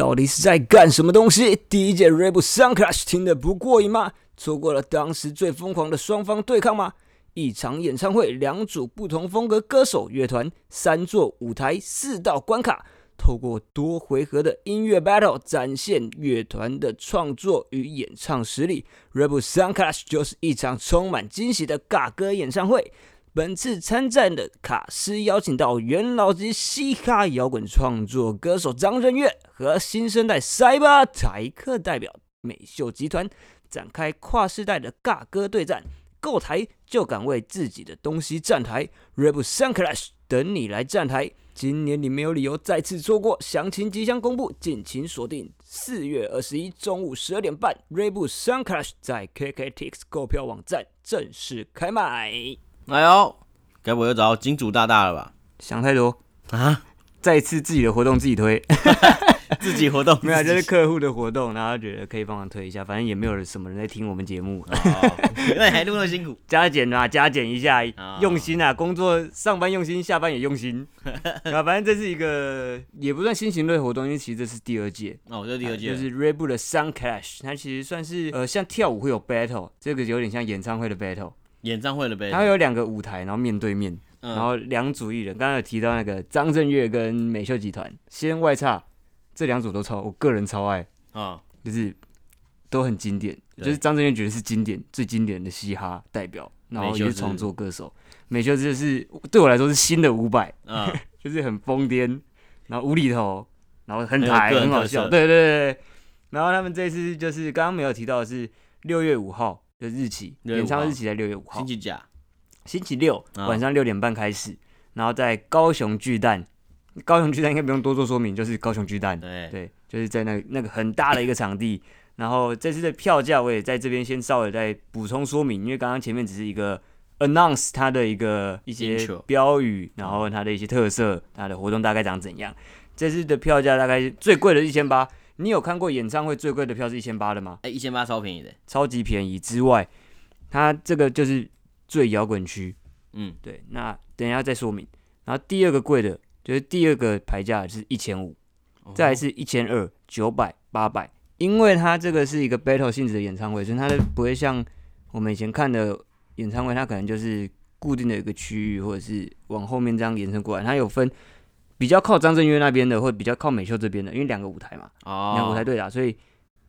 到底是在干什么东西？第一届 Red Bull Sunclash 听得不过瘾吗？错过了当时最疯狂的双方对抗吗？一场演唱会，两组不同风格歌手乐团，3座舞台，4道关卡，透过多回合的音乐 battle 展现乐团的创作与演唱实力。Red Bull Sunclash 就是一场充满惊喜的尬歌演唱会。本次参战的卡斯邀请到元老级嘻哈摇滚创作歌手张震岳和新生代塞巴台客代表美秀集团，展开跨世代的尬歌对战。够台就敢为自己的东西站台 ，Red Bull Sunclash 等你来站台。今年你没有理由再次错过，详情即将公布，敬请锁定。4月21中午12点半 ，Red Bull Sunclash 在 KKTix 购票网站正式开卖。 哎呦，该不会又找到金主大大了吧？ 想太多啊！ 再一次自己的活动自己推， 自己活动没有，就是客户的活动，然后觉得可以帮忙推一下，反正也没有什么人在听我们节目。 那你还录那么辛苦， 加减啊，加减一下，用心啊，工作上班用心，下班也用心。反正这是一个也不算新型类活动，因为其实这是第2届。 这是第2届， 就是 Red Bull 的 Sunclash， 它其实算是像跳舞会有 battle， 这个有点像演唱会的 battle。 演唱会的 battle， 它会有2个舞台，然后面对面。然后2组艺人，刚刚有提到那个张震岳跟美秀集团，先外差，这2组都我个人超爱就是都很经典，就是张震岳觉得是最经典的嘻哈代表，然后也是创作歌手。美秀就是对我来说是新的500，就是很疯癫，然后无厘头，然后很台，很好笑，对。然后他们这次就是刚刚没有提到的是6月5号的日期，演唱会日期在6月5号，星期六晚上6点半开始，然后在高雄巨蛋应该不用多做说明，就是高雄巨蛋，对，就是在那个很大的一个场地。然后这次的票价我也在这边先稍微再补充说明，因为刚刚前面只是一个 announce 它的一些标语，然后它的一些特色，它的活动大概长怎样。这次的票价大概最贵的1800，你有看过演唱会最贵的票是1800的吗 ？1800超便宜的， 超级便宜之外，它这个就是最摇滚区，对，那等一下再说明。然后第2个贵的，就是第2个牌价是1500，再来是1200、900、800。因为它这个是一个 battle 性质的演唱会，所以它不会像我们以前看的演唱会，它可能就是固定的一个区域，或者是往后面这样延伸过来。它有分比较靠张震岳那边的，或者比较靠美秀这边的，因为2个舞台嘛，2个舞台对打，所以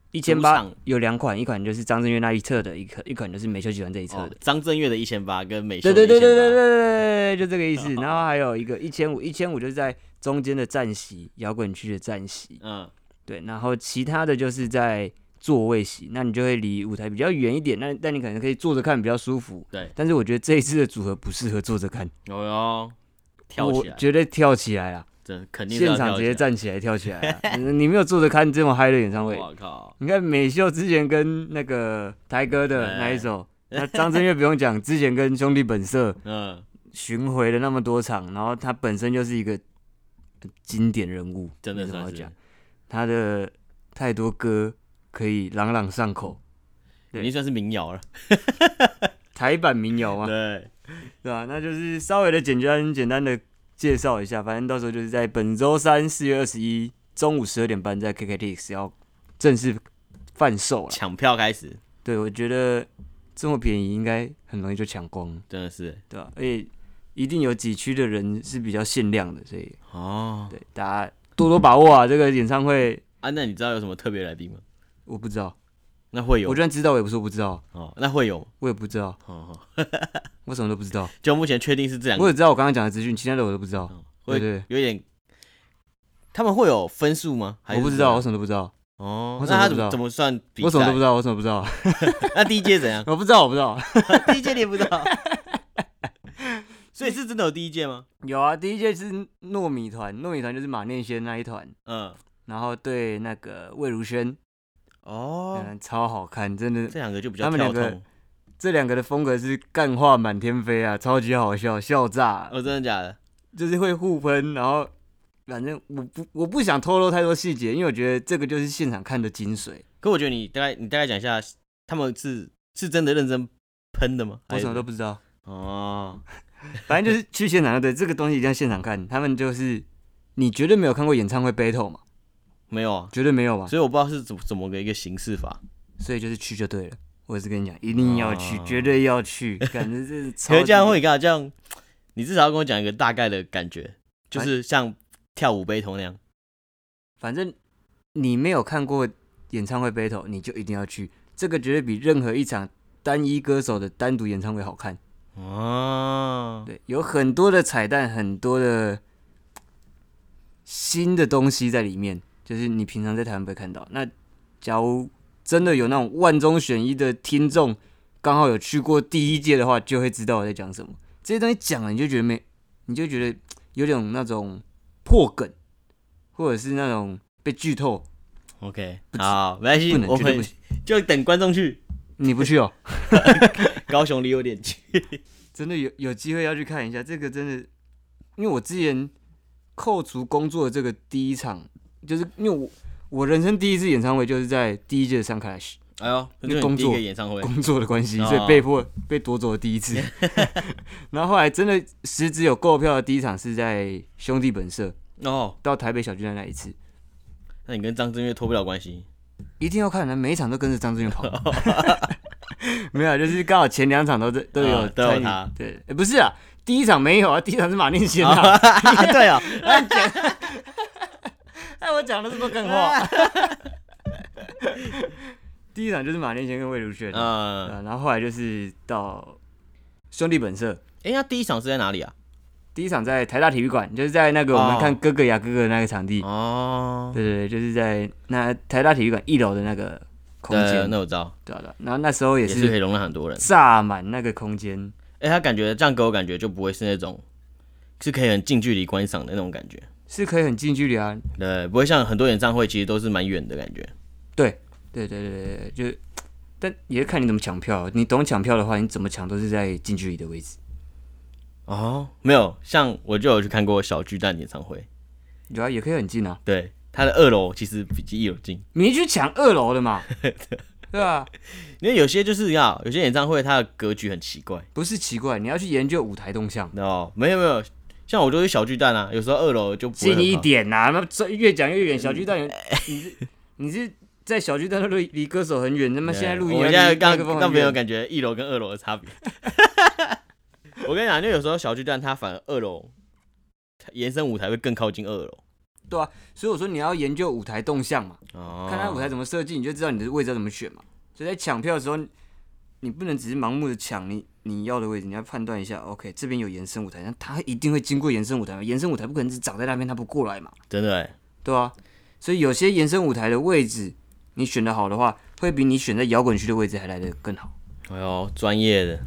1800有2款，一款就是张震岳那一侧的，一款就是美秀集团这一侧的。 张震岳的1800跟美秀的1800， 对，就这个意思。然后还有一个1500就是在中间的站席，摇滚区的站席。对，然后其他的就是在座位席，那你就会离舞台比较远一点，但你可能可以坐着看比较舒服。对，但是我觉得这一次的组合不适合坐着看。 跳起来， 我绝对跳起来啦！ 肯定是要现场直接站起来跳起来啦！你没有坐着看这么嗨的演唱会， 我靠！ 你看美秀之前跟那个台哥的那一首，那张震岳不用讲，之前跟兄弟本色巡回了那么多场，然后他本身就是一个经典人物， 真的是讲。他的太多歌可以朗朗上口， 已经算是民谣了， 台版民谣嘛，对吧？那就是稍微的简单的介绍一下，反正到时候就是在本周3 4月21中午12点半，在 KKTix 要正式贩售了， 抢票开始。 对，我觉得这么便宜，应该很容易就抢光， 真的是， 对吧？而且一定有几区的人是比较限量的，所以对大家多多把握啊！这个演唱会那你知道有什么特别来宾吗？ 我不知道， 那会有？ 我就算知道，我也不说不知道。 那会有？ 我也不知道。我什么都不知道。 就目前确定是这样。 我只知道我刚刚讲的资讯，其他的我都不知道。对， 有点。他们会有分数吗？ 我不知道，我什么都不知道。 那他怎么算比赛？ 我什么都不知道，我什么不知道。 那第一届怎样？ 我不知道。 第一届你也不知道。所以是真的有第一届吗？ 有啊，第一届是糯米团就是马念先那一团，然后对那个魏如萱，超好看，真的。 这2个就比较跳痛， 这2个的风格是干话满天飞啊，超级好笑，笑炸。 真的假的？ 就是会互喷，然后反正我不想透露太多细节，因为我觉得这个就是现场看的精髓。 可我觉得你大概讲一下，他们是真的认真喷的吗？ 我什么都不知道。反正就是去现场，对这个东西一定要现场看。他们就是你绝对没有看过演唱会 battle 嘛， 没有啊， 绝对没有吧？ 所以我不知道是怎么个一个形式法。 所以就是去就对了。我也是跟你讲，一定要去，绝对要去。感觉是超。 可是这样会这样，你至少要跟我讲一个大概的感觉，就是像跳舞 battle 那样。 反正你没有看过演唱会 battle， 你就一定要去。这个绝对比任何一场单一歌手的单独演唱会好看。 哦， 对，有很多的彩蛋，很多的新的东西在里面，就是你平常在台湾不会看到。那假如真的有那种万中选一的听众，刚好有去过第一届的话，就会知道我在讲什么。这些东西讲了，你就觉得有点那种破梗，或者是那种被剧透。 OK， 好，没关系，我们就等观众去。 你不去哦？ 高雄离有点近， 真的有机会要去看一下。这个真的，因为我之前扣除工作的这个第一场，就是因为我人生第一次演唱会就是在第一届的上开始。 哎呦， 因为工作的关系，所以被迫被夺走了第一次。然后后来真的实质有购票的第一场是在兄弟本色到台北小巨蛋那一次。 那你跟张震岳脱不了关系？ 一定要看的，每一场都跟着张震岳跑。没有，就是刚好前2场都有他。 对，不是啊，第一场没有啊，第一场是马念先啊。 对啊， 哎，我讲的这么梗话。第一场就是马念先跟魏如萱，然后后来就是到兄弟本色。 那第一场是在哪里啊？ 第一场在台大体育馆，就是在那个我们看哥哥呀哥哥的那个场地。对，就是在那台大体育馆1楼的那个空间。 那我知道。对。 然后那时候也是可以容纳很多人， 炸满那个空间。 他感觉这样给我感觉就不会是那种是可以很近距离观赏的那种感觉。 是可以很近距离啊。 对，不会像很多演唱会其实都是蛮远的感觉。 对，就但也是看你怎么抢票。你懂抢票的话，你怎么抢都是在近距离的位置。 没有，像我就有去看过小巨蛋演唱会。 有啊，也可以很近啊。 对，它的2楼其实比1楼近。 你去抢2楼的嘛？对啊， 因为有些就是有些演唱会它的格局很奇怪。 不是奇怪，你要去研究舞台动向。 没有，像我就是小巨蛋啊，有时候2楼就不会很好。 近一点啊，那越讲越远。小巨蛋，你是在小巨蛋都离歌手很远，那么现在录音， 我现在让别人感觉1楼跟2楼的差别。我跟你讲，就有时候小巨蛋它反而2楼延伸舞台会更靠近2楼。 对啊，所以我说你要研究舞台动向嘛，看它舞台怎么设计，你就知道你的位置要怎么选嘛。所以在抢票的时候，你不能只是盲目的抢你要的位置，你要判断一下 ，OK， 这边有延伸舞台，那它一定会经过延伸舞台嘛？延伸舞台不可能只长在那边，它不过来嘛？ 真的对啊，所以有些延伸舞台的位置，你选的好的话，会比你选在摇滚区的位置还来得更好。 哎呦，专业的。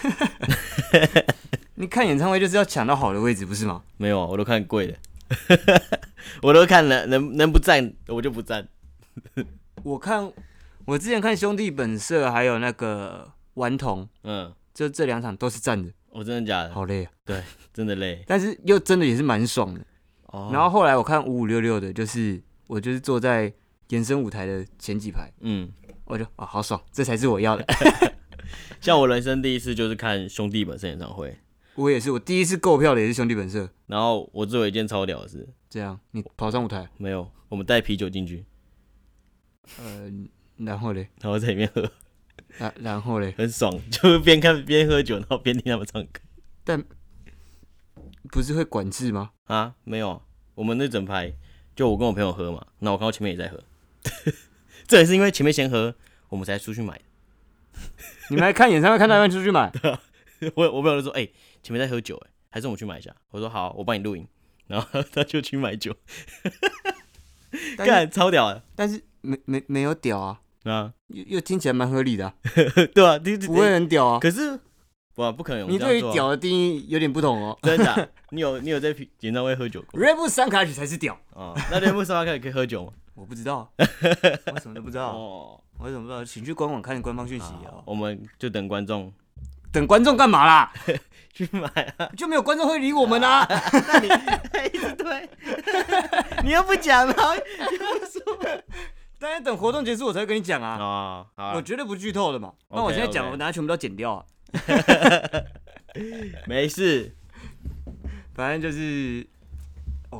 你看演唱会就是要抢到好的位置，不是吗？ 没有，我都看贵的。我都看了，能不站我就不站。 我之前看兄弟本色还有那个顽童，就这2场都是站的。 真的假的？ 好累啊！ 对，真的累。 但是又真的也是蛮爽的。然后后来我看5566的，就是我就是坐在延伸舞台的前几排，我就好爽，这才是我要的。 像我人生第一次就是看兄弟本色演唱会。 我也是，我第一次购票的也是兄弟本色。 然后我做了一件超屌的事。 这样，你跑上舞台？ 没有，我们带啤酒进去。 然后嘞？ 然后在里面喝。 然后嘞？ 很爽，就是边看边喝酒，然后边听他们唱歌。 但不是会管制吗？ 没有，我们那整排就我跟我朋友喝嘛，那我看到前面也在喝。这也是因为前面先喝，我们才出去买的。 你们还看演唱会看到一半出去买？ 对啊，我朋友就说：“前面在喝酒，还是我们去买一下。”我说：“好，我帮你录影。”然后他就去买酒，干超屌的。 但是没有屌啊，又听起来蛮合理的。 对啊， 不会很屌啊。 可是不可能有。 你对于屌的定义有点不同哦。 真的？你有在演唱会喝酒过 ？Red Bull 3卡曲才是屌。 那 Red Bull 3卡曲可以喝酒吗？ 我不知道，我什么都不知道。我怎么不知道？请去官网看官方讯息啊。 我们就等观众。 等观众干嘛啦？ 去买啊！ 就没有观众会理我们啊！ 那你一直推，你又不讲吗？又不说。 当然等活动结束我才会跟你讲啊。我绝对不剧透的嘛。那我现在讲，我等下全部都剪掉啊。 没事， 反正就是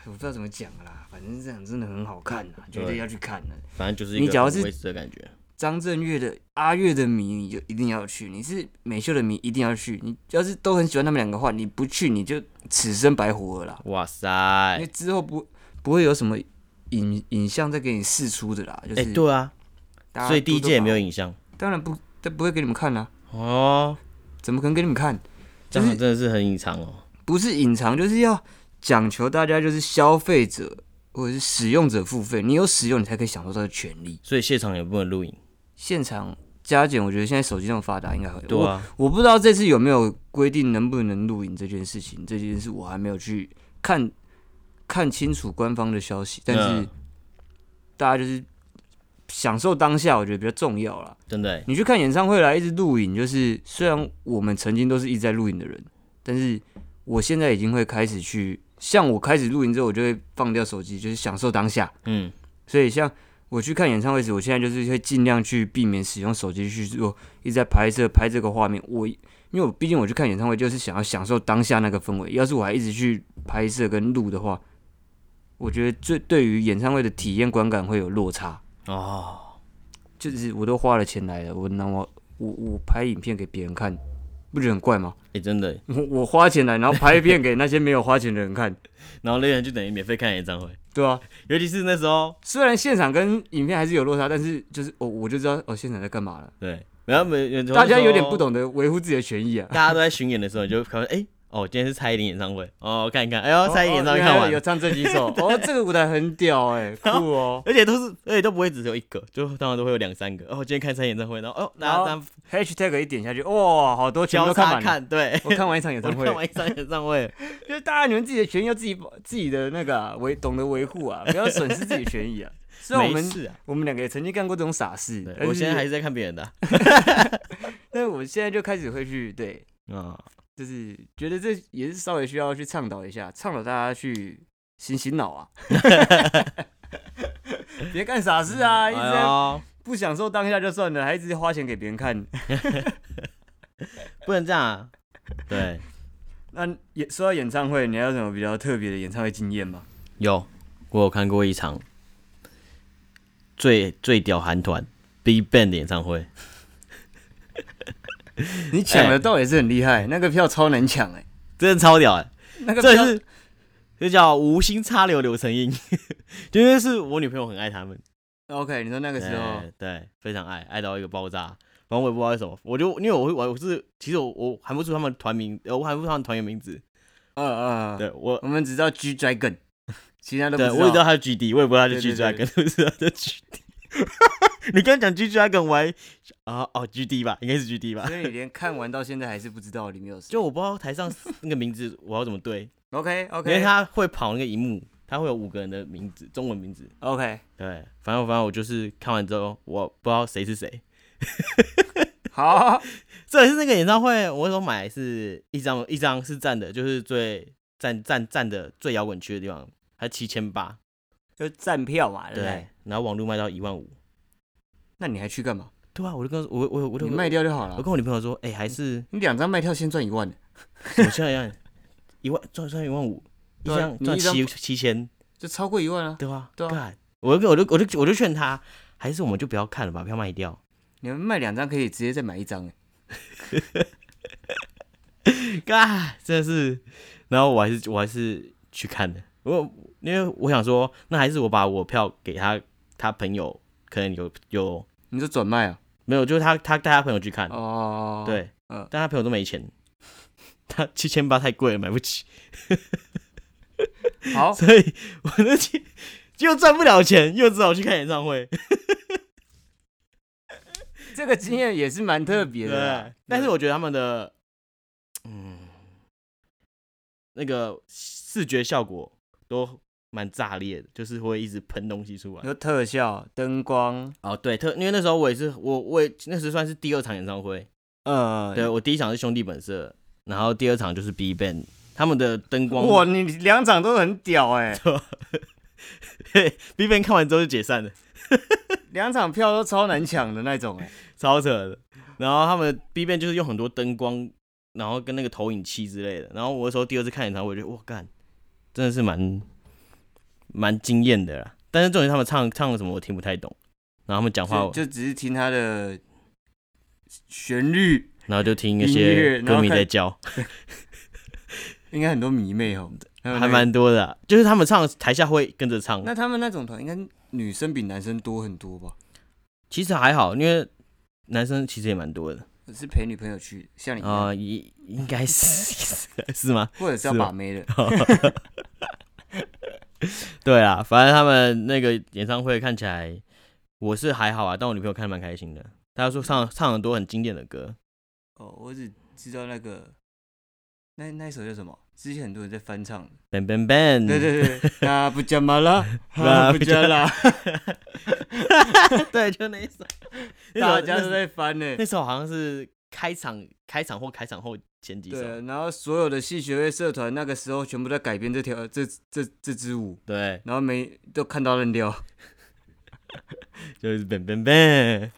我不知道怎么讲啦，反正这场真的很好看啊，绝对要去看的。 反正就是一个很威的感觉。 张震岳的阿岳的迷，你就一定要去；你是美秀的迷，一定要去。你要是都很喜欢他们两个的话，你不去你就此生白活了啦。 哇塞！ 因为之后不会有什么影像再给你释出的啦。就是对啊，所以第一届也没有影像， 当然不会给你们看啦。 哦， 怎么可能给你们看？ 这样真的是很隐藏哦。 不是隐藏，就是要讲求大家就是消费者或者是使用者付费，你有使用你才可以享受到的权利。 所以现场也不能录影。 现场加减，我觉得现在手机那么发达，应该会。 对啊， 我不知道这次有没有规定能不能录影这件事情，这件事我还没有去看清楚官方的消息，但是大家就是享受当下，我觉得比较重要啦。 真的， 你去看演唱会来一直录影，就是虽然我们曾经都是一直在录影的人，但是我现在已经会开始去，像我开始录影之后，我就会放掉手机，就是享受当下。所以像我去看演唱会时，我现在就是会尽量去避免使用手机去做一直在拍这个画面。因为我毕竟我去看演唱会就是想要享受当下那个氛围，要是我还一直去拍摄跟录的话，我觉得对于演唱会的体验观感会有落差哦。就是我都花了钱来了，我拍影片给别人看，不觉得很怪吗？ 真的， 我花钱来，然后拍片给那些没有花钱的人看， 然后那人就等于免费看演唱会。 对啊， 尤其是那时候， 虽然现场跟影片还是有落差，但是就是我就知道现场在干嘛了。 对，然后大家有点不懂得维护自己的权益啊。 大家都在巡演的时候，你就可能今天是蔡依林演唱会看一看，蔡依林演唱会看完有唱这几首，这个舞台很屌酷哦， 而且都不会只有一个，就当然都会有2-3个。今天看蔡依林演唱会，然后 #hashtag 一点下去，哇，好多全都看完了。 对， 我看完一场演唱会，就是大家你们自己的权益要自己的那个懂得维护啊，不要损失自己的权益啊。虽然我们两个也曾经干过这种傻事， 我现在还是在看别人的， 但是我现在就开始会去就是觉得这也是稍微需要去倡导一下，倡导大家去醒脑啊，别干傻事啊，一直在不享受当下就算了，还一直花钱给别人看， 不能这样啊。对， 那说到演唱会，你还有什么比较特别的演唱会经验吗？ 我有看过一场最屌韩团 BigBang 的演唱会。 你抢的倒也是很厉害，那个票超难抢真的超屌那个票就叫无心插柳柳成荫，因为是我女朋友很爱他们。 OK， 你说那个时候对，非常爱到一个爆炸。反正我也不知道为什么，因为我其实我喊不出他们团名，我喊不出他们团员名字。对我们只知道 G Dragon， 其他都不知道。 对，我也知道他是 GD， 我也不知道他是 G Dragon， 不知道他是 GD。你刚讲 G Dragon， 我还GD 吧，应该是 GD 吧。 所以你连看完到现在还是不知道里面有谁。 就我不知道台上那个名字我要怎么对。 OK， 因为他会跑那个荧幕，他会有5个人的名字，中文名字。 OK， 对，反正我就是看完之后，我不知道谁是谁。 好， 这也是那个演唱会，我那时候买是一张是站的，就是最站的最摇滚区的地方，还7800， 就站票嘛，对不对？ 然后网络卖到15000。 那你还去干嘛？ 对啊，我就跟我你卖掉就好了。 我跟我女朋友说，还是你2张卖跳先赚1万， 什么像样？1万赚15000，一张赚7000， 就超过1万啊。 对啊，我就劝他，还是我们就不要看了，把票卖掉。 你们卖2张可以直接再买1张真的是。然后我还是去看的，因为我想说，那还是我把我票给他朋友，可能有。 你说转卖啊？ 没有，就是他带他朋友去看。对，但他朋友都没钱，他7800太贵了，买不起。 好， 所以我那天又赚不了钱，又只好去看演唱会。 这个经验也是蛮特别的， 对。但是我觉得他们的那个视觉效果都蛮炸裂的，就是会一直喷东西出来， 有特效、灯光。 对，因为那时候我也那时算是第2场演唱会。对，我第1场是兄弟本色，然后第2场就是 BigBang， 他们的灯光。 哇，你2场都很屌 BigBang 看完之后就解散了。 2场票都超难抢的那种超扯的。然后他们 BigBang 就是用很多灯光，然后跟那个投影器之类的。然后我那时候第2次看演唱会，我觉得哇干，真的是蛮蛮惊艳的啦。但是重点他们唱了什么我听不太懂，然后他们讲话就只是听他的旋律， 然后就听那些歌迷在叫， 应该很多迷妹哦， 还蛮多的啊，就是他们唱台下会跟着唱。 那他们那种团应该女生比男生多很多吧？ 其实还好，因为男生其实也蛮多的。 是陪女朋友去，像你应该是吗？ 或者是要把妹的。 对啊，反正他们那个演唱会看起来我是还好啊，但我女朋友看得蛮开心的。她说唱很多很经典的歌。 哦，我只知道那个那一首叫什么？之前很多人在翻唱。 Ben Ben Ben。 对对对，那不加马拉，那不加拉。 对，就那一首， 大家都在翻呢。 那首好像是开场或开场后前几首。 对，然后所有的系学会社团那个时候全部在改编这支舞。 对， 然后都看到烂掉。 就是 Ben Ben Ben。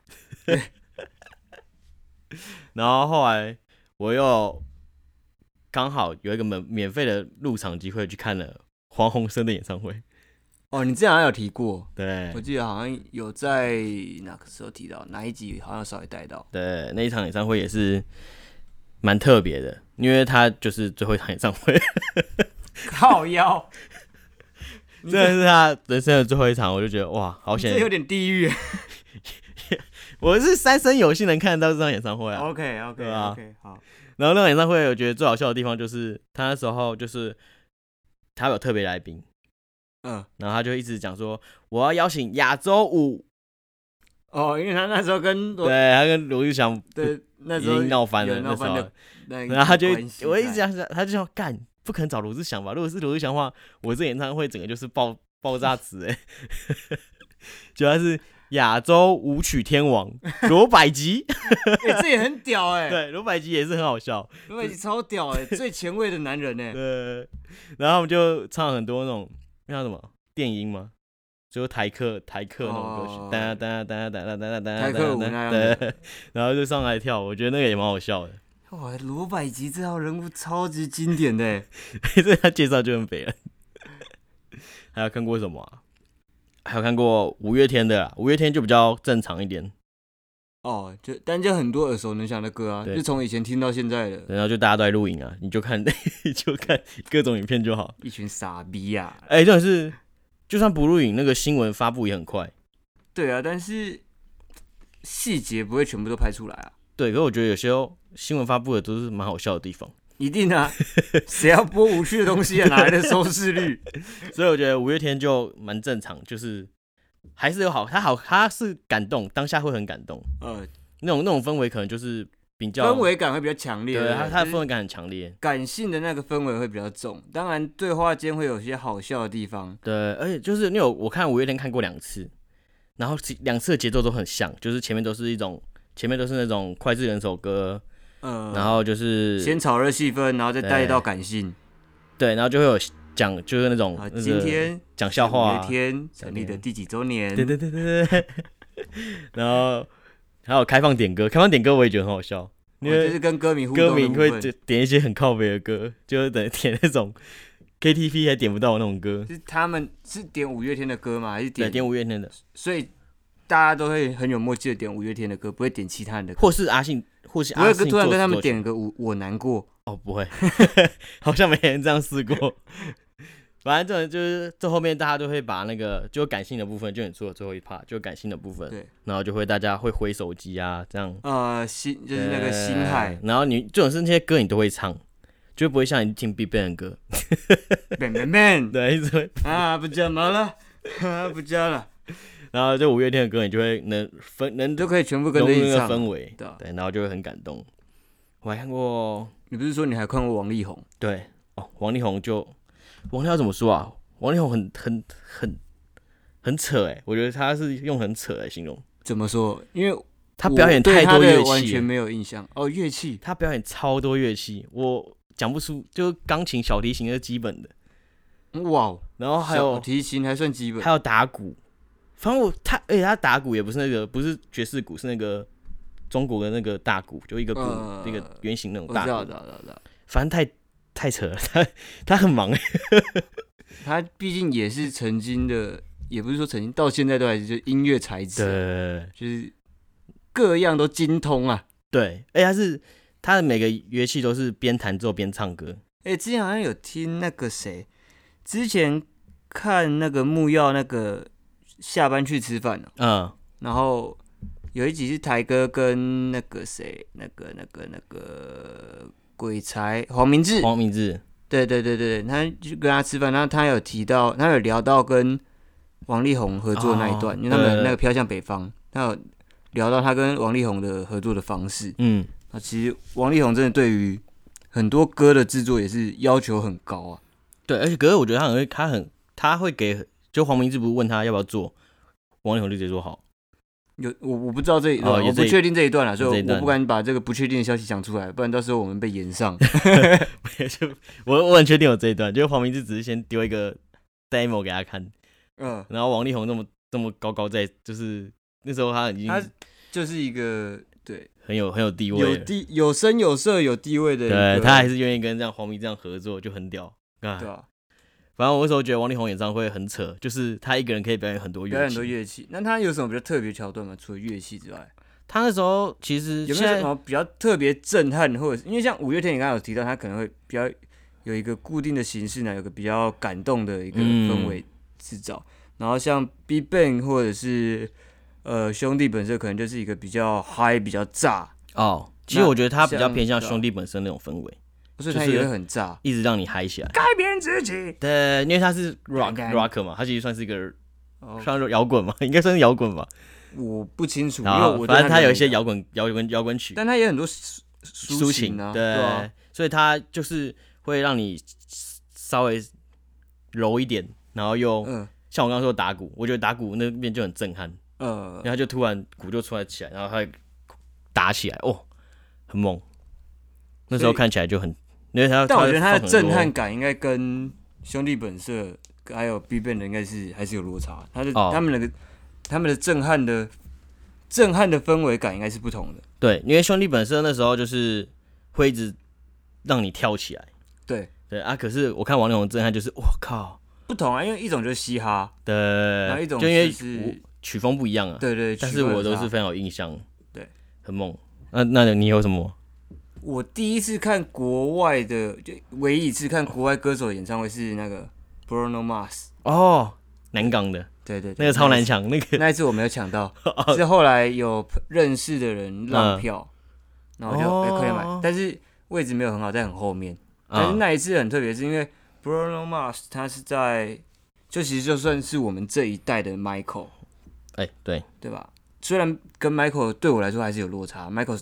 然后后来我又刚好有一个免费的入场机会去看了黄鸿升的演唱会。 哦，你之前好像有提过， 对， 我记得好像有在哪个时候提到，哪一集好像稍微带到。 对，那一场演唱会也是蛮特别的，因为他就是最后一场演唱会。 靠腰， 真的是他人生的最后一场，我就觉得哇，好险， 这有点地狱。 我是三生有幸能看得到这场演唱会啊。 OK， 好。 然后那场演唱会，我觉得最好笑的地方就是他那时候就是他有特别来宾。然后他就一直讲说，我要邀请亚洲舞。 哦，因为他那时候跟他跟罗志祥对那时候已经闹翻了那时候，然后他就我一直讲，他就想干，不可能找罗志祥吧？如果是罗志祥的话，我这演唱会整个就是爆炸词哎。主要是亚洲舞曲天王罗百吉。 这也很屌哎。 对，罗百吉也是很好笑， 罗百吉超屌哎，最前卫的男人哎。 对，然后我们就唱很多那种。那叫什么电音吗？就是台客那种歌曲， 台客舞那样的。 对，然后就上来跳，我觉得那个也蛮好笑的。 哇，罗百吉这号人物超级经典的。 这他介绍就很北了。还有看过什么啊？还有看过五月天的啦，五月天就比较正常一点。 哦，就很多耳熟能详的歌啊，就从以前听到现在的。 然后就大家都在录影啊，你就看各种影片就好。 一群傻逼啊！ 这种是就算不录影，那个新闻发布也很快。 对啊，但是细节不会全部都拍出来啊。 对，可是我觉得有些新闻发布的都是蛮好笑的地方。 一定啊，谁要播无趣的东西啊？哪来的收视率？ 所以我觉得五月天就蛮正常，就是还是有他是感动，当下会很感动。那种氛围可能就是比较氛围感会比较强烈。 对，他的氛围感很强烈， 感性的那个氛围会比较重。当然，对话间会有些好笑的地方。 对，而且就是因为我看五月天看过2次，然后2次的节奏都很像，就是前面都是那种脍炙人口歌。然后就是先炒热气氛，然后再带到感性。 对，然后就会有讲，就是那种今天讲笑话。 五月天成立的第几周年？ 对。然后还有开放点歌我也觉得很好笑，因为就是跟歌迷互动， 歌迷会点一些很靠北的歌，就是点那种 KTV 还点不到的那种歌。 就是他们是点五月天的歌吗？还是点五月天的？ 所以大家都会很有默契的点五月天的歌，不会点其他人的歌。 或是阿信。不会突然跟他们点个我难过哦，不会，好像没人这样试过。反正这种就是这后面大家都会把那个就感性的部分，就你说的最后一 part 就感性的部分， 对， 然后就会大家会挥手机啊，这样就是那个心海， 然后你这种是那些歌你都会唱，就不会像你听 BigBang 的歌 ，Bang， 对，一直会不加麻了，不加了。 然后就五月天的歌，你就会能都可以全部跟着一起唱， 氛围，对，然后就会很感动。我还看过， 你不是说你还看过王力宏？ 对，王力宏要怎么说啊？王力宏很扯我觉得他是用很扯来形容。 怎么说？因为他表演太多乐器， 完全没有印象。乐器， 他表演超多乐器，我讲不出，就钢琴、小提琴是基本的。 哇， 然后还有小提琴还算基本， 还有打鼓。反正而且他打鼓也不是不是爵士鼓，是那个中国的那个大鼓，就一个鼓，那个圆形那种大鼓。 知道。 反正太扯了，他很忙他毕竟也是曾经的，也不是说曾经，到现在都还是就音乐才子， 对， 就是各样都精通啊。 对，他的每个乐器都是边弹奏边唱歌。 之前好像有听那个谁，之前看那个木曜那个下班去吃饭然后有一集是台哥跟那个谁，那个鬼才黄明志，对，他就跟他吃饭，然后他有提到，他有聊到跟王力宏合作那一段，因为他们那个飘向北方，他有聊到他跟王力宏的合作的方式。其实王力宏真的对于很多歌的制作也是要求很高啊。 对，而且可是我觉得他会给，就黄明志不是问他要不要做，王力宏就直接说好。 我不知道这一段，我不确定这一段了，所以我不敢把这个不确定的消息讲出来，不然到时候我们被延上。 我很确定有这一段，就是黄明志只是先丢一个 demo 给他看，然后王力宏这么高在，就是那时候他就是一个对很有地位， 有声有色有地位的， 对，他还是愿意跟这样黄明这样合作，就很屌，对啊。反正我那时候觉得王力宏演唱会很扯，就是他一个人可以表演很多乐器。 那他有什么比较特别桥段吗？除了乐器之外， 他那时候其实有没有什么比较特别震撼，或者是因为像五月天，你刚才有提到，他可能会比较有一个固定的形式呢，有个比较感动的一个氛围制造。然后像 BigBang 或者是兄弟本色，可能就是一个比较嗨、比较炸哦。其实我觉得他比较偏向兄弟本色那种氛围。 所以他也会很炸， 一直让你嗨起来， 改变自己。 对，因为他是 rocker 嘛，他其实算是一个算摇滚嘛，应该算是摇滚吧。 我不清楚，因为反正他有一些摇滚曲， 但他也很多抒情啊， 对，所以他就是会让你稍微柔一点，然后又像我刚刚说打鼓，我觉得打鼓那边就很震撼，然后就突然鼓就出来起来，然后他打起来，很猛。那时候看起来就很。 但我觉得他的震撼感应该跟兄弟本色还有 BigBang 的应该是还是有落差，他们的震撼的氛围感应该是不同的。 对，因为兄弟本色那时候就是会一直让你跳起来。 对啊，可是我看王力宏震撼就是我靠不同啊，因为一种就是嘻哈， 对， 然后一种就因为曲风不一样啊。 对， 但是我都是非常有印象， 对， 很猛。那你有什么？ 我第一次看国外的，就唯一一次看国外歌手的演唱会是那个 Bruno Mars 南港的， 对， 那个超难抢， 那一次我没有抢到，是后来有认识的人让票，然后就可以买，但是位置没有很好，在很后面。但是那一次很特别，是因为 Bruno Mars 他是其实就算是我们这一代的 Michael，对吧？虽然跟 Michael 对我来说还是有落差 ，Michael。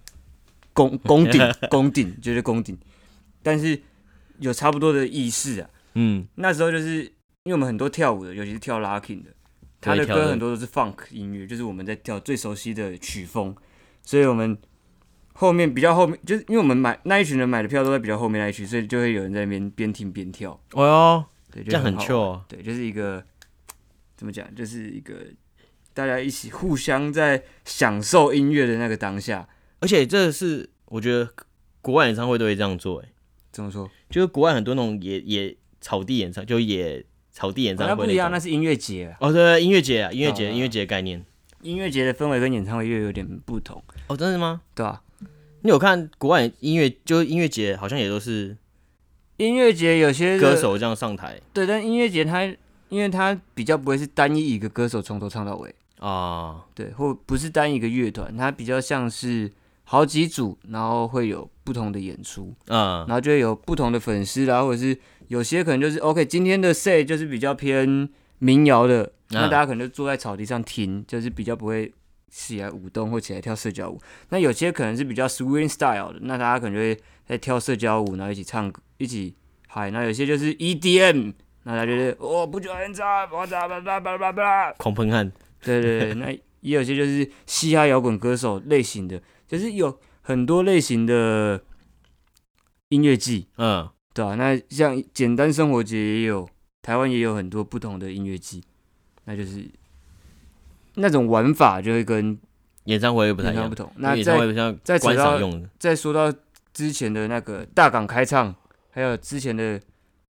攻顶，绝对攻顶，但是有差不多的意识啊。那时候就是因为我们很多跳舞的，尤其是跳 locking 的，他的歌很多都是 funk 音乐，就是我们在跳最熟悉的曲风，所以我们比较后面，就是因为我们那一群人买的票都在比较后面那一区，所以就会有人在那边边听边跳。对， 这样很 chill。 对，就是一个怎么讲，就是一个大家一起互相在享受音乐的那个当下。 而且这是我觉得国外演唱会都会这样做， 怎么说？ 就是国外很多那种野草地演唱，就野草地演唱会那不一样，那是音乐节对，音乐节的概念， 音乐节的氛围跟演唱会又有点不同。 真的吗？ 对啊， 你有看国外音乐节，好像也都是音乐节有些歌手这样上台。 对，但音乐节因为它比较不会是单一一个歌手从头唱到尾对，或不是单一个乐团，它比较像是。好几组，然后会有不同的演出，然后就会有不同的粉丝啦，或者是有些可能就是 OK， 今天的 set 就是比较偏民谣的，那大家可能就坐在草地上听，就是比较不会起来舞动或起来跳社交舞。那有些可能是比较 swing style 的，那大家可能就会在跳社交舞，然后一起唱一起嗨。那有些就是 EDM， 那他就是不就很炸， 狂喷汗。 对，那也有些就是嘻哈摇滚歌手类型的。就是有很多类型的音乐季，对啊，那像简单生活节也有，台湾也有很多不同的音乐季，那就是那种玩法就会跟演唱会不太一样， 不同。那再观赏用的， 再说到之前的那个大港开唱，还有之前的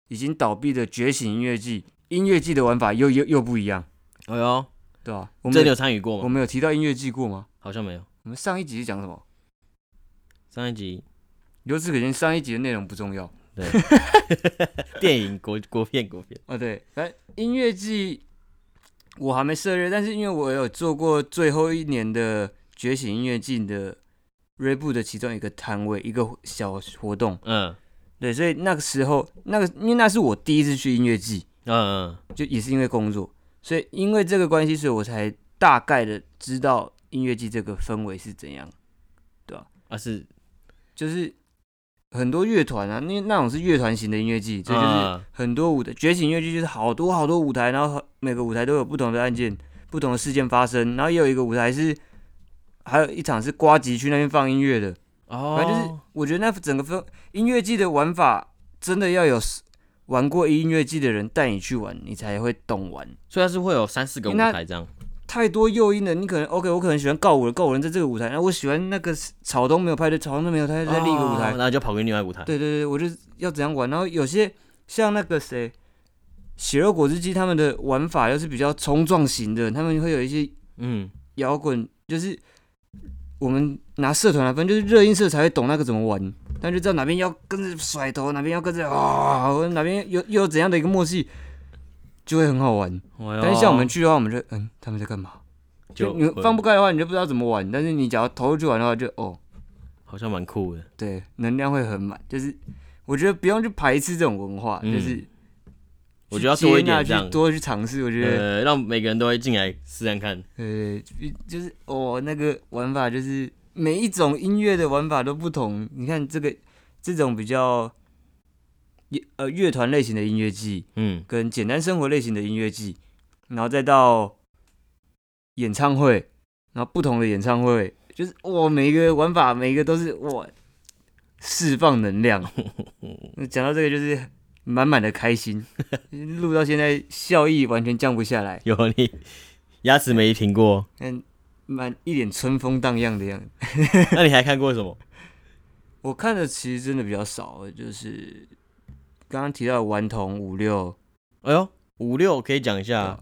已经倒闭的觉醒音乐季，音乐季的玩法又不一样。 哎呦， 对吧？ 这你有参与过吗？ 我们有提到音乐季过吗？ 好像没有。 我们上一集是讲什么？ 上一集， 由此可见，上一集的内容不重要。 对，电影国片。 哦，对，反正音乐季我还没涉猎，但是因为我有做过最后一年的觉醒音乐季的 Reboot 的其中一个摊位，一个小活动。对，所以那个时候，因为那是我第一次去音乐季，就也是因为工作，所以因为这个关系，所以我才大概的知道音乐季这个氛围是怎样，对吧？就是很多乐团啊，那种是乐团型的音乐季，所以就是很多舞台，觉醒音乐季就是好多舞台，然后每个舞台都有不同的案件、不同的事件发生，然后也有一个舞台还有一场是呱吉去那边放音乐的。反正就是我觉得那整个音乐季的玩法，真的要有玩过音乐季的人带你去玩，你才会懂玩。 所以它是会有3-4个舞台这样。 太多诱因了，你可能 OK， 我可能喜欢告五人在这个舞台，然后我喜欢那个草东没有派对，草东没有派对在另一个舞台， 然后就跑去另外一个舞台。 对，我就要怎样玩。然后有些像那个血肉果汁机他们的玩法又是比较冲撞型的，他们会有一些摇滚，就是我们拿社团来分，就是热音社才会懂那个怎么玩，他就知道哪边要跟着甩头，哪边要跟着哪边又有怎样的一个默契。就会很好玩，但是像我们去的话，我们就他们在干嘛？就你放不开的话，你就不知道怎么玩。但是你只要投入去玩的话，就好像蛮酷的。 对，能量会很满。就是我觉得不用去排斥这种文化，就是我觉得要多一点这样， 多去尝试。我觉得让每个人都会进来试看看。 就是那个玩法就是每一种音乐的玩法都不同。你看这种比较。乐团类型的音乐季，跟简单生活类型的音乐季，然后再到演唱会，然后不同的演唱会，就是每一个玩法，每一个都是释放能量。讲到这个就是满满的开心，录到现在笑意完全降不下来。 有你牙齿没停过， 一脸春风荡漾的样子。 那你还看过什么？ 我看的其实真的比较少，就是刚刚提到的顽童56， 哎呦，56可以讲一下。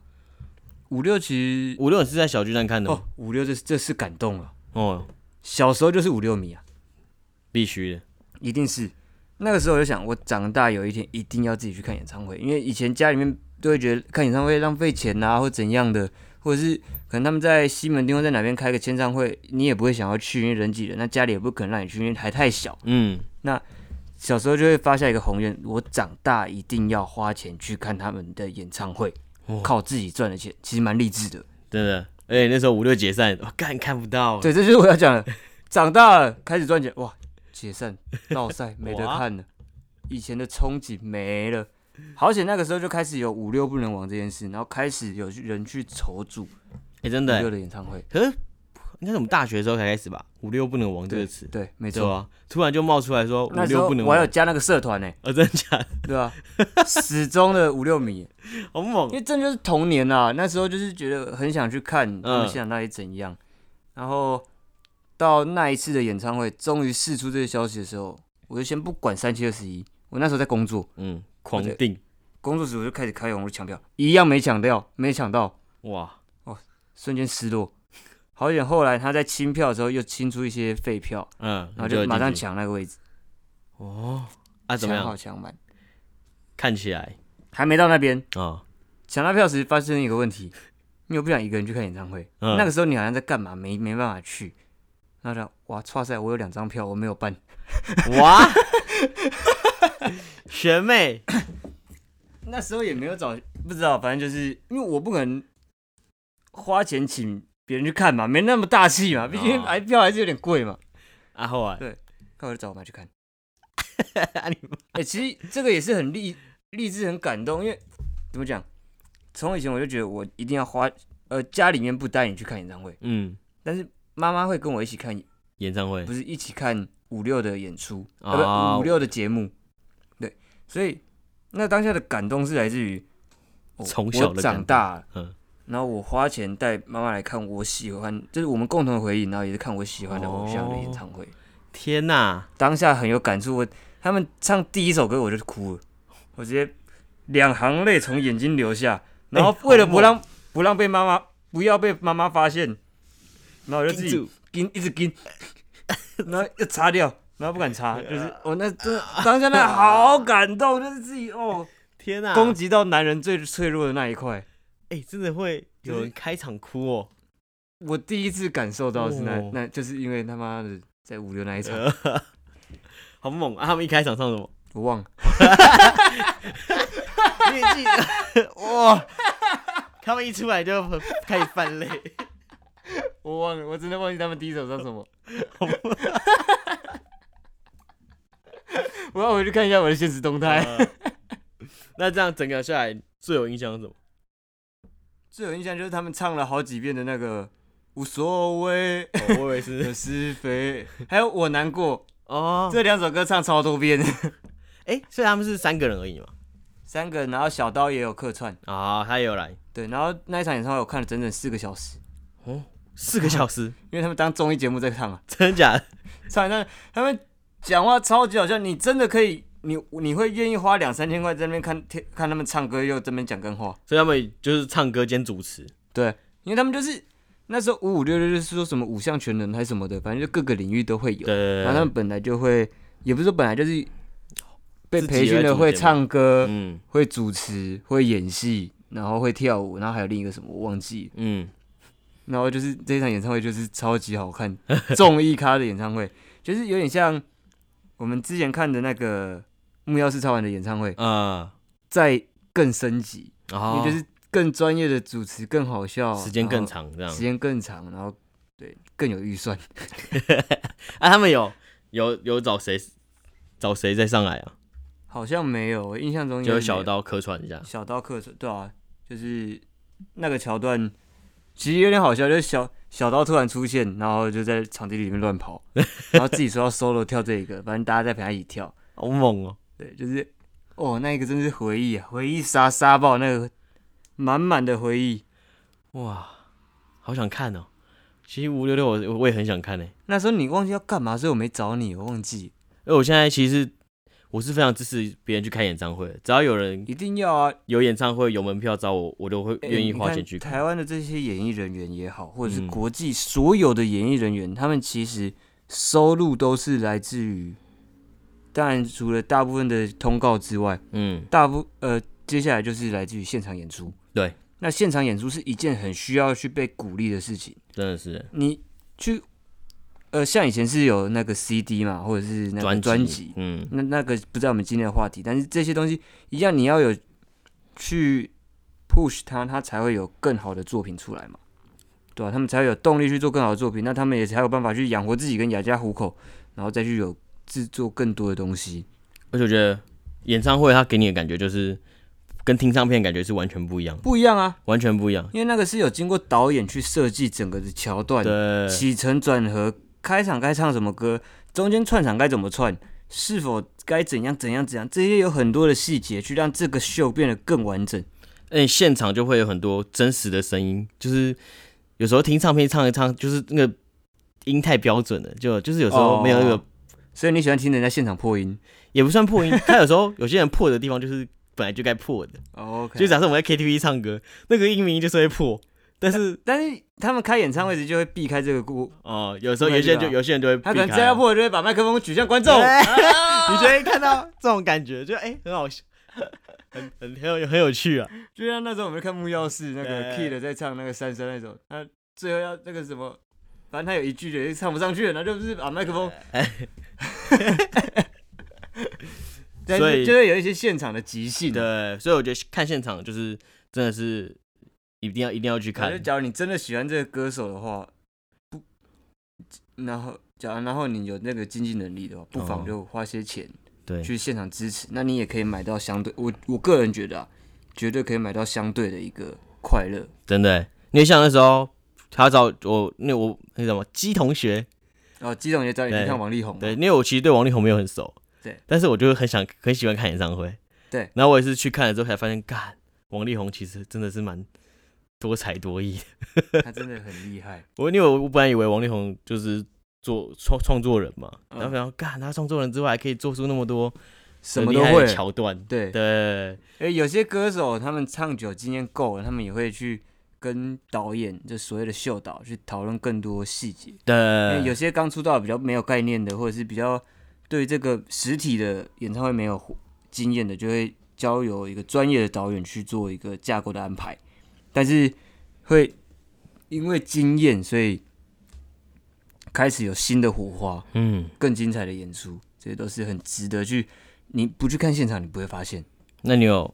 56其实 56是在小巨蛋看的吗 ？56这是感动了。小时候就是56迷啊， 必须的， 一定是。那个时候我就想，我长大有一天一定要自己去看演唱会，因为以前家里面都会觉得看演唱会浪费钱啊，或怎样的，或者是可能他们在西门町或在哪边开个签唱会，你也不会想要去，因为人挤人，那家里也不可能让你去，因为还太小。那小时候就会发下一个宏愿，我长大一定要花钱去看他们的演唱会，靠自己赚的钱，其实蛮励志的， 真的。而且那时候56解散，看不到。 对，这就是我要讲的。长大了开始赚钱，解散闹赛没得看了，以前的憧憬没了。好险那个时候就开始有56不能亡这件事，然后开始有人去筹组， 真的 56的演唱会。 可是应该是我们大学的时候才开始吧，56不能亡这个词。 对，没错啊。 突然就冒出来说56不能亡。 我还有加那个社团呢。 真的假的？ 对啊，始终的56迷， 好猛。 因为真的就是童年啊，那时候就是觉得很想去看他们现场到底怎样，然后到那一次的演唱会终于释出这个消息的时候，我就先不管3721，我那时候在工作， 狂订。 工作时我就开始开网络抢票，一样没抢到， 哇， 瞬间失落。好险，后来他在清票的时候又清出一些废票，然后就马上抢那个位置。 怎么样？ 抢好抢满， 看起来还没到那边抢到票时发生一个问题，因为我不想一个人去看演唱会。那个时候你好像在干嘛？没办法去。然后就哇塞，我有2张票，我没有办。 哇，学妹， 那时候也没有找，不知道，反正就是因为我不可能花钱请别人去看嘛，没那么大气嘛，毕竟票还是有点贵嘛。 后来对，后来就找我妈去看。其实这个也是很励志、很感动，因为怎么讲，从以前我就觉得我一定要家里面不带你去看演唱会，但是妈妈会跟我一起看演唱会， 不是一起看56的演出，56的节目，对，所以那当下的感动是来自于从小的我长大了，然后我花钱带妈妈来看我喜欢，就是我们共同的回忆，然后也是看我喜欢的偶像的演唱会。 天哪， 当下很有感触，他们唱第一首歌我就哭了， 我直接2行泪从眼睛流下，然后为了不要被妈妈发现，然后我就自己一直紧，然后又擦掉，然后不敢擦，就是我那真的当下那好感动，就是自己天哪， 攻击到男人最脆弱的那一块。 真的会有人开场哭哦。 我第一次感受到是那就是因为他妈的在5-6那一场， 好猛啊！他们一开场唱什么？ 我忘了。 你也记得哇？他们一出来就开始泛泪。 我忘了，我真的忘记他们第一首唱什么。我要回去看一下我的现实动态。 那这样整个下来最有印象是什么？ 最有印象就是他们唱了好几遍的那个无所谓， 我以为是是非，还有我难过这2首歌唱超多遍。 所以他们是3个人而已嘛 ？3个人，然后小刀也有客串啊，他也有来。 对，然后那一场演唱会我看了整整4个小时。 4个小时？ 因为他们当综艺节目在唱啊。 真的假的？ 唱一唱，他们讲话超级好笑，你真的可以，你会愿意花2-3千块在那边看他们唱歌，又这边讲干话。 所以他们就是唱歌兼主持。 对，因为他们就是那时候5566就是说什么5项全能还是什么的，反正就各个领域都会有。 对。 然后他们本来就会，也不是说本来就是被培训的会唱歌，会主持，会演戏，然后会跳舞，然后还有另一个什么我忘记了。然后就是这一场演唱会就是超级好看，综艺咖的演唱会，就是有点像我们之前看的那个木曜4超玩的演唱会，再更升级，因为就是更专业的主持，更好笑， 时间更长，这样时间更长，然后对更有预算。 他们有找谁再上来啊？ 好像没有，我印象中就小刀客串一下， 小刀客串，对啊，就是那个桥段。其实有点好笑，就是小刀突然出现，然后就在场地里面乱跑，然后自己说要 solo 跳这一个，反正大家在陪他一起跳， 好猛哦！ 对，就是那个真是回忆啊，回忆杀爆，那个满满的回忆， 哇，好想看哦！其实5566我也很想看诶。 那时候你忘记要干嘛，所以我没找你，我忘记。 因为我现在其实我是非常支持别人去开演唱会，只要有人一定要啊， 有演唱会有门票找我，我都会愿意花钱去看。 台湾的这些演艺人员也好，或者是国际所有的演艺人员，他们其实收入都是来自于，当然除了大部分的通告之外，接下来就是来自于现场演出。 对， 那现场演出是一件很需要去被鼓励的事情， 真的是。 你去。像以前是有那个 CD 嘛，或者是那个专辑，那个不在我们今天的话题，但是这些东西一样，你要有去 push 它才会有更好的作品出来嘛，对吧？他们才会有动力去做更好的作品，那他们也才有办法去养活自己跟养家糊口，然后再去有制作更多的东西。 而且我觉得演唱会它给你的感觉就是跟听唱片感觉是完全不一样， 不一样啊， 完全不一样， 因为那个是有经过导演去设计整个的桥段，起承转合。开场该唱什么歌，中间串场该怎么串，是否该怎样，这些有很多的细节去让这个秀变得更完整。 现场就会有很多真实的声音，就是有时候听唱片唱一唱，就是那个音太标准了，就是有时候没有那个。 所以你喜欢听人家现场破音？ 也不算破音，他有时候有些人破的地方就是本来就该破的。 OK， 就假设我们在 KTV 唱歌，那个音明明就是会破。但是他们开演唱会时就会避开这个有时候有些人就会避开， 他可能再要破就会把麦克风举向观众， 你就会看到这种感觉，就很好笑，很有趣啊。 就像那时候我们看木曜4那个 Kid 在唱那个山那首，他最后要那个什么，反正他有一句就唱不上去了，然后就是把麦克风，所以就会有一些现场的即兴。 对，所以我觉得看现场就是真的是。一定要去看。 假如你真的喜欢这个歌手的话，然后你有那个经济能力的话，不妨就花些钱，去现场支持。那你也可以买到相对，我个人觉得绝对可以买到相对的一个快乐。 真的，因为像那时候他找我那什么鸡同学， 鸡同学找你去看王力宏。 对，因为我其实对王力宏没有很熟， 对， 但是我就很喜欢看演唱会。 对， 然后我也是去看了之后才发现，王力宏其实真的是蛮多才多艺的，他真的很厉害。 因为我本来以为王力宏就是做创作人嘛，然后想他创作人之外还可以做出那么多什么都会桥段。 对对，有些歌手他们唱久经验够了，他们也会去跟导演，就所谓的秀导去讨论更多细节。 对， 因为有些刚出道比较没有概念的，或者是比较对这个实体的演唱会没有经验的，就会交由一个专业的导演去做一个架构的安排。但是会因为经验，所以开始有新的火花，更精彩的演出，这些都是很值得去。你不去看现场，你不会发现。 那你有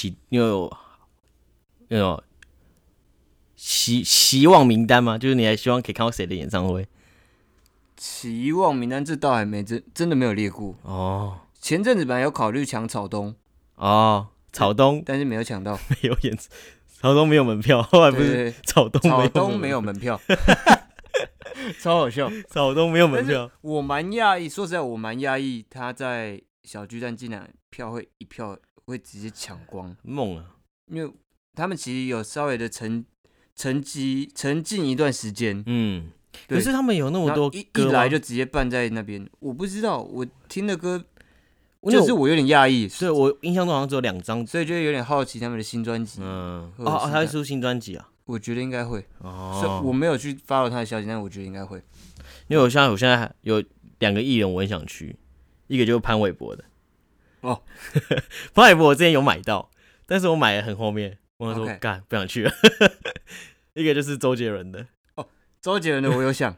希望名单吗？就是你还希望可以看到谁的演唱会？ 期望名单这倒还没真的没有列过哦。前阵子本来有考虑抢草东哦，草东， 但是没有抢到， 没有演，草东没有门票，后来不是草东没有门票，超好笑， 草东没有门票。 我蛮讶异，说实在，我蛮讶异他在小巨蛋竟然一票会直接抢光， 梦啊！ 因为他们其实有稍微的沉浸一段时间， 可是他们有那么多歌一来就直接办在那边，我不知道，我听的歌就是我有点讶异， 所以我印象中好像只有2张， 所以就有点好奇他们的新专辑。 他会出新专辑啊？ 我觉得应该会。所以我没有去 follow 他的消息，但我觉得应该会。 因为我现在有2个艺人我很想去，一个就是潘玮柏的。哦，潘玮柏我之前有买到，但是我买的很后面，我说干不想去了。一个就是周杰伦的。 周杰伦的我有想，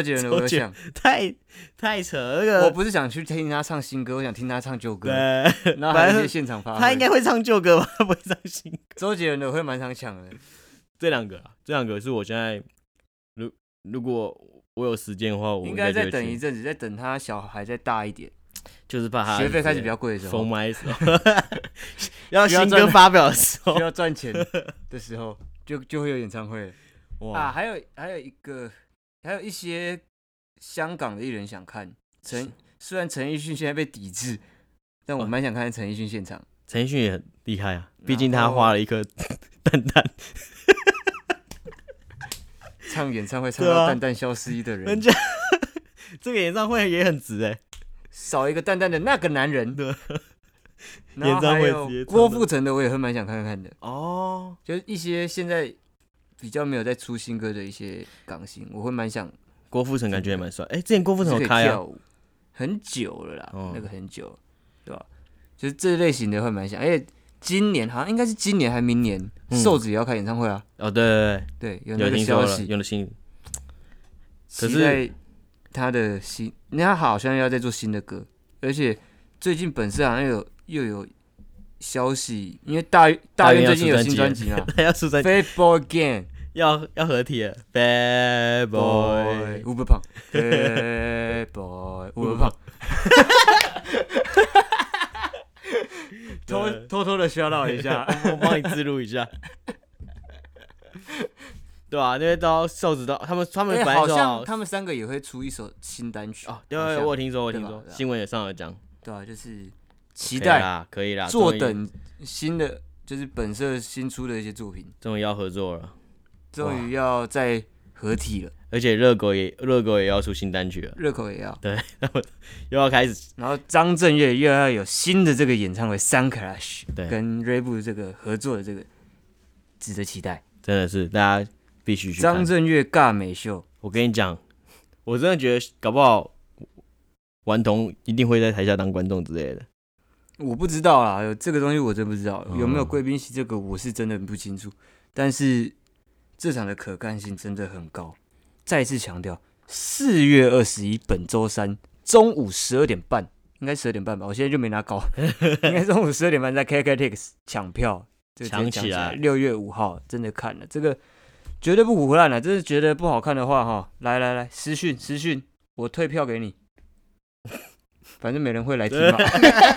太扯了。那个我不是想去听他唱新歌，我想听他唱旧歌。然后还有一些现场发挥， 他应该会唱旧歌吧？他不会唱新歌。 周杰伦的我会蛮常抢的。 这两个是我现在如果我有时间的话，我应该再等一阵子，再等他小孩再大一点， 就是怕他学费开始比较贵的时候， 封麦的时候，要新歌发表的时候， 需要赚钱的时候，就会有演唱会。哇，还有一些香港的艺人想看虽然陈奕迅现在被抵制，但我蛮想看陈奕迅现场。 陈奕迅也很厉害啊，毕竟他花了一颗蛋蛋， 唱演唱会唱到蛋蛋消失的人， 人家这个演唱会也很值哎， 少一个蛋蛋的那个男人。对， 演唱会直接郭富城的我也会蛮想看看的哦，就是一些现在比较没有在出新歌的一些港星，我会蛮想。 郭富城感觉也蛮帅，之前郭富城有开啊， 很久了啦，那个很久，对吧？就是这类型的会蛮想，而且今年好像应该是今年还明年，瘦子也要开演唱会啊。 哦，对， 有那个消息， 有了新。 可是他的他好像要再做新的歌，而且最近本身好像又有消息，因为大渊最近有新专辑嘛， 他要出专辑 ，Bad Boy Gang 要合体了 ，Bad Boy 吴伯胖 ，Bad Boy 吴伯胖，偷偷的shout out一下， 我帮你自录一下。对啊，因为到瘦子到他们本来好像他们3个也会出一首新单曲哦。对，我有听说，新闻也上了讲。 对啊，就是期待可以啦， 坐等新的就是本色新出的一些作品， 终于要合作了， 终于要再合体了。 而且热狗也要出新单曲了， 热狗也要对，又要开始。 然后张震岳又要有新的这个演唱会，Sunclash 跟 Rebu 这个合作的这个，值得期待， 真的是大家必须去看。 张震岳尬美秀， 我跟你讲，我真的觉得搞不好顽童一定会在台下当观众之类的。 我不知道啦，这个东西我真不知道，有没有贵宾席这个我是真的不清楚。但是这场的可看性真的很高。再次强调，4月21本周3中午12点半，应该12点半吧？我现在就没拿稿，应该中午12点半在 KKTix 抢票， 抢起来。 6月5号真的看了，这个绝对不胡乱了。真是觉得不好看的话，哈，来私讯，我退票给你，反正没人会来听嘛。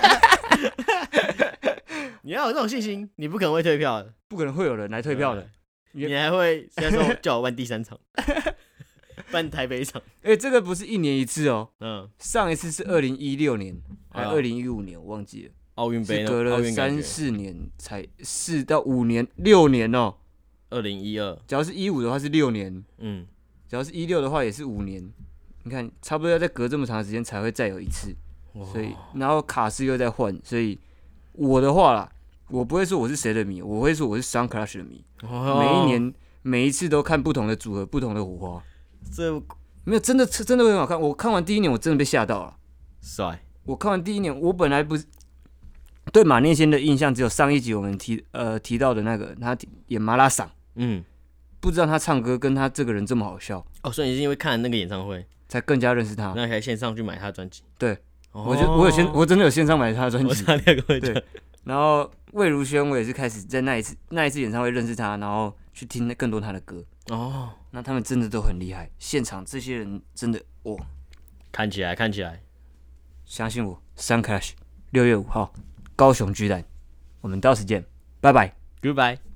你要有这种信心，你不可能会退票的， 不可能会有人来退票的。 你还会现在说叫我办第3场，办台北场。 这个不是1年1次哦。上一次是2016年，还2015年，我忘记了。 奥运杯隔了3、4年，才4到5年、6年哦。 2012， 只要是15的话是6年，只要是16的话也是5年。你看，差不多要再隔这么长的时间才会再有一次。 所以然后卡司又在换，所以我的话啦，我不会说我是谁的迷，我会说我是 Suncrush 的迷。每一年每一次都看不同的组合，不同的火花。 这没有真的会很好看。我看完第一年，我真的被吓到了。 帅！ 我看完第一年，我本来不是对马念先的印象只有上一集我们提到的那个他演麻辣嗓，不知道他唱歌跟他这个人这么好笑。 哦，所以你是因为看了那个演唱会才更加认识他， 那才线上去买他的专辑。 对，我真的有线上买他的专辑。对，然后魏如萱，我也是开始在那一次演唱会认识他，然后去听更多他的歌。那他们真的都很厉害，现场这些人真的看起来， 相信我 ，Suncrush 6月5号高雄巨蛋，我们到时见，拜拜 ，Goodbye。